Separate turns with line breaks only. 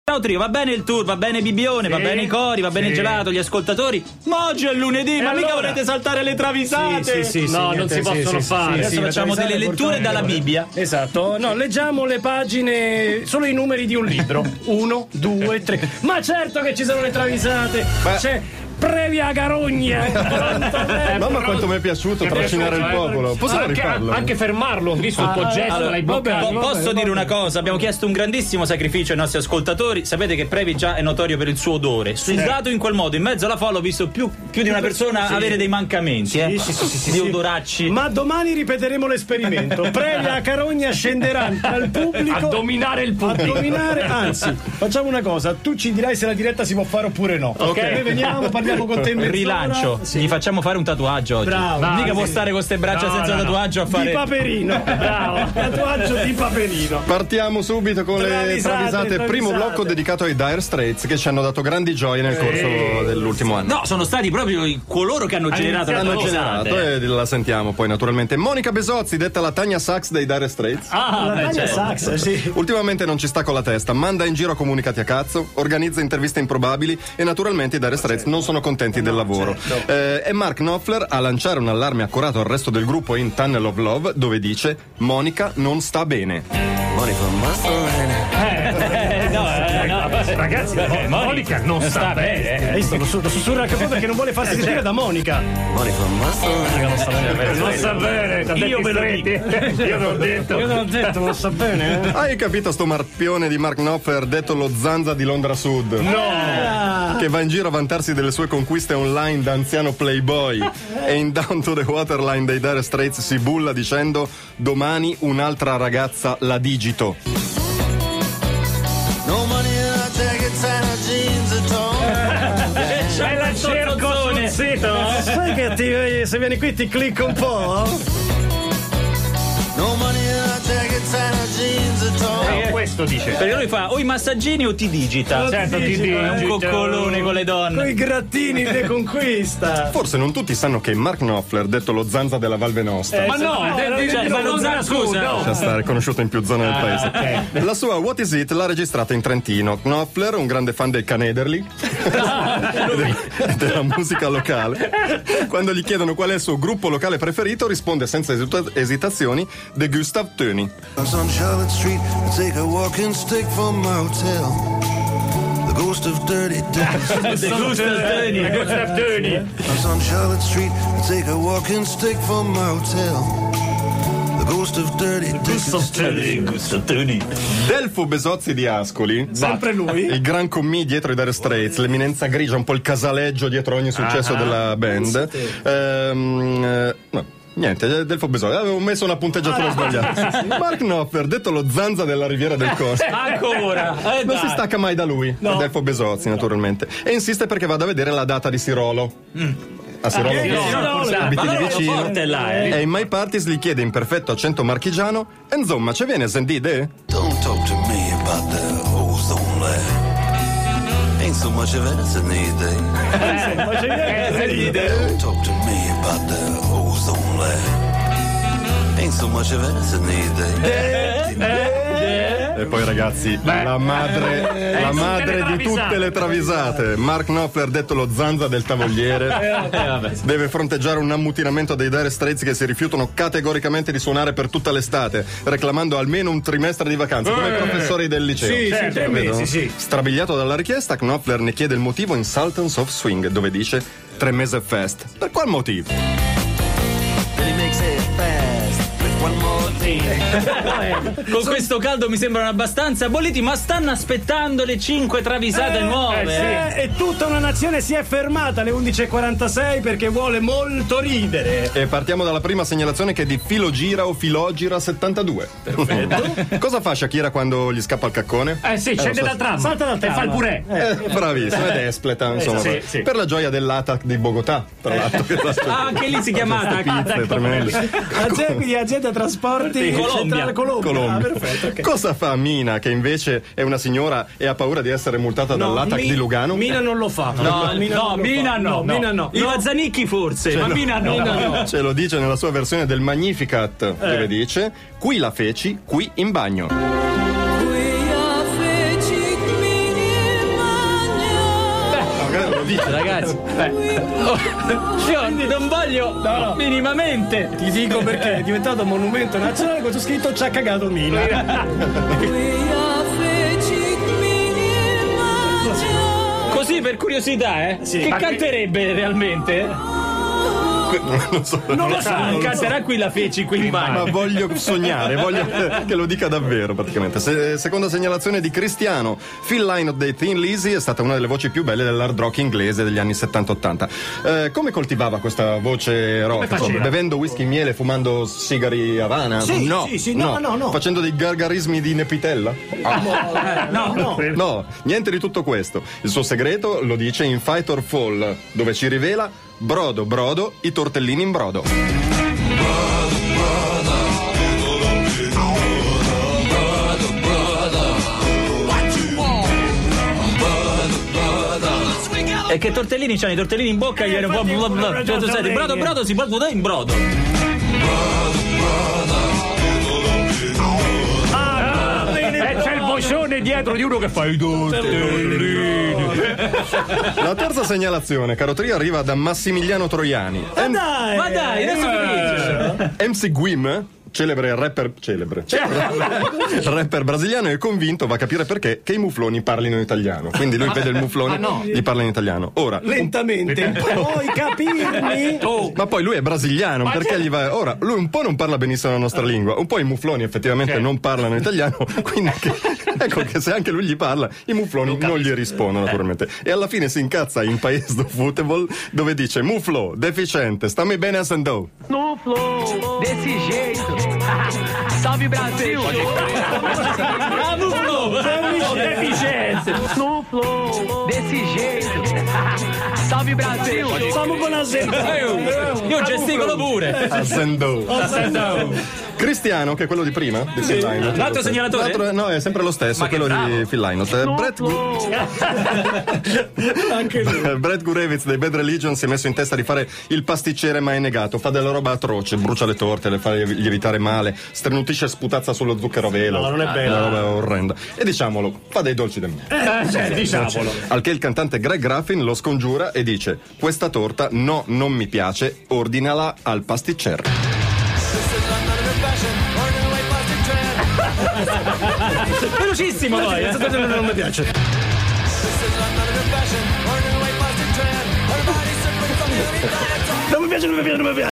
Ciao trio, va bene il tour, va bene Bibione, va bene i cori, va bene il gelato, gli ascoltatori. Ma oggi è lunedì, ma mica volete saltare le travisate?
Sì, no, non si possono fare.
Adesso facciamo delle letture dalla Bibbia.
Esatto, no, leggiamo le pagine, solo i numeri di un libro. 1, 2, 3. Ma certo che ci sono le travisate. C'è Previa Carogna.
Mamma quanto mi è piaciuto trascinare il popolo. Posso rifarlo?
Anche fermarlo, ho visto il tuo gesto, l'hai bloccato.
Posso dire una cosa? Abbiamo chiesto un grandissimo sacrificio ai nostri ascoltatori. Sapete che Previ già è notorio per il suo odore. Sudato in quel modo, in mezzo alla folla ho visto più di una persona avere dei mancamenti, di odoracci.
Ma domani ripeteremo l'esperimento. Previa Carogna scenderà al pubblico
a dominare il pubblico.
Anzi, facciamo una cosa, tu ci dirai se la diretta si può fare oppure no. Ok, noi veniamo, parliamo con te mezz'ora.
Rilancio, gli facciamo fare un tatuaggio oggi.
Bravo.
Mica può stare con queste braccia senza tatuaggio a fare
di Paperino. Bravo. Tatuaggio di Paperino.
Partiamo subito con le travisate. Primo blocco dedicato ai Dire Straits, che ci hanno dato grandi gioie nel corso dell'ultimo anno.
No, sono stati proprio coloro che hanno generato la travisata.
E la sentiamo poi naturalmente. Monica Besozzi, detta la Tania Sachs dei Dire Straits.
Tania Sachs, sì.
Ultimamente non ci sta con la testa, manda in giro comunicati a cazzo, organizza interviste improbabili e naturalmente i Dire Straits non sono contenti del lavoro. E Mark Knopfler a lanciare un allarme accorato al resto del gruppo in Tunnel of Love, dove dice: Monica non sta bene.
Ragazzi, Monica non sta bene.
Hai visto? Lo sussurra anche poi perché non vuole farsi sentire da Monica.
Monica non sta bene. Io ve lo dico. Io non ho detto,
non sta bene.
Hai capito sto marpione di Mark Knopfler, detto lo Zanza di Londra Sud?
No!
Che va in giro a vantarsi delle sue conquiste online da anziano playboy e in Down to the Waterline dei Dire Straits si bulla dicendo: domani un'altra ragazza la digito.
C'è la cerco sul sito.
Sai che se vieni qui ti clicco un po'?
Questo dice.
Perché lui fa o i massaggini o ti digita.
Certo, ti digita.
È un coccolone con le donne.
Con i grattini de conquista.
Forse non tutti sanno che Mark Knopfler, detto lo Zanza della Valve Nostra,
Ma no,
scusa.
lascia stare, conosciuto in più zone del paese.
Okay.
La sua What Is It l'ha registrata in Trentino. Knopfler, un grande fan del Canederly della musica locale, quando gli chiedono qual è il suo gruppo locale preferito, risponde senza esitazioni: The Gustav Töni.
On Charlotte Street, I take a walking stick from my hotel. The ghost of dirty days.
The Gustav Töni.
I was on Charlotte Street, I take a walking stick from my hotel. The ghost of dirty days.
Delfo Besozzi di Ascoli,
Sempre lui.
il gran commì dietro i Dire Straits, l'eminenza grigia, un po' il casaleggio dietro ogni successo della band. No. Niente, Delfo Besozzi, avevo messo una punteggiatura sbagliata. Mark Knopfler, detto lo Zanza della Riviera del Corso.
Ancora.
Non si stacca mai da lui, Delfo Besozzi naturalmente, e insiste perché vada a vedere la data di Sirolo. A Sirolo, abiti lì vicino, e in My Parties gli chiede in perfetto accento marchigiano: insomma, ce viene sentite?
Don't talk to me about the ozone layer. Ain't so much of it as I need, Don't talk to me about the ozone layer. Ain't so much of it as I need,
E poi ragazzi, la madre di tutte le travisate, Mark Knopfler, detto lo Zanza del tavogliere, deve fronteggiare un ammutinamento dei Dire Straits che si rifiutano categoricamente di suonare per tutta l'estate, reclamando almeno un trimestre di vacanze, come i professori del liceo.
Sì, 3 mesi, sì.
Strabiliato dalla richiesta, Knopfler ne chiede il motivo in Sultans of Swing, dove dice 3 mesi fest. Per qual motivo?
Con questo caldo mi sembrano abbastanza bolliti, ma stanno aspettando le 5 travisate nuove.
E tutta una nazione si è fermata alle 11:46 perché vuole molto ridere.
E partiamo dalla prima segnalazione, che è di Filogira o Filogira 72. Perfetto. Cosa fa Shakira quando gli scappa il caccone?
Scende dal tram. Salta dal tram. E fa il purè.
Bravissimo, ed espleta, insomma.
Sì.
Per la gioia dell'ATAC di Bogotà, tra l'altro.
Anche lì si chiama
Pizze tremende.
Quindi azienda trasporti
Colombia.
Colombia. Perfetto, okay.
Cosa fa Mina, che invece è una signora e ha paura di essere multata dall'ATAC di Lugano?
Mina non lo fa.
Mina no. I Mazzanicchi forse, ma Mina no.
Ce lo dice nella sua versione del Magnificat, dove dice: qui la feci, qui in bagno.
Qui la feci,
Ragazzi, io non voglio minimamente.
Ti dico perché è diventato monumento nazionale con scritto "ci ha cagato Mina".
Così per curiosità, che canterebbe realmente?
Non so.
Non lo so.
Canterà qui la Feci qui in bagno.
Ma voglio sognare, voglio che lo dica davvero praticamente. Seconda segnalazione di Cristiano. Phil Lynott dei Thin Lizzy è stata una delle voci più belle dell'hard rock inglese degli anni 70-80. Come coltivava questa voce rock? Bevendo whisky in miele, fumando sigari Havana?
Sì,
no. Facendo dei gargarismi di Nepitella? No, niente di tutto questo. Il suo segreto lo dice in Fight or Fall, dove ci rivela: brodo, brodo, i tortellini in brodo.
E che tortellini c'hanno? I tortellini in bocca, gli viene un po'. Cioè, tu sai, brodo, brodo, si brodo in brodo.
E c'è il vocione dietro di uno che fa i tortellini.
La terza segnalazione, caro Trio, arriva da Massimiliano Troiani.
Ma dai, adesso finisce.
MC Guim, celebre rapper brasiliano, è convinto, va a capire perché, che i mufloni parlino in italiano. Quindi lui vede il muflone, gli parla in italiano. Ora,
lentamente, puoi capirmi?
ma poi lui è brasiliano, perché gli va. Ora, lui un po' non parla benissimo la nostra lingua, un po' i mufloni effettivamente non parlano italiano, quindi ecco che se anche lui gli parla, i mufloni non gli rispondono naturalmente. E alla fine si incazza in Paese do Futebol, dove dice: Muflo, deficiente, stammi bene a Sandou.
Muflo, desse jeito. Salve Brasil!
Muflo, deficiente.
Muflo, desse jeito. Salve Brasil!
Siamo buonasera.
Io gesticolo pure.
A Sandou. Cristiano, che è quello di prima, di Phil Lynott.
L'altro segnalatore?
No, è sempre lo stesso,
Ma
quello di Phil Lynott. Brett Gurewitz dei Bad Religion si è messo in testa di fare il pasticcere, ma è negato. Fa della roba atroce, brucia le torte, le fa lievitare male, strenutisce e sputazza sullo zucchero a velo.
No, non è bello.
Una roba orrenda. E diciamolo, fa dei dolci da me.
Diciamolo.
Al che il cantante Greg Graffin lo scongiura e dice: questa torta no, non mi piace, ordinala al pasticcere.
Velocissimo poi,
Non mi piace. Non mi piace.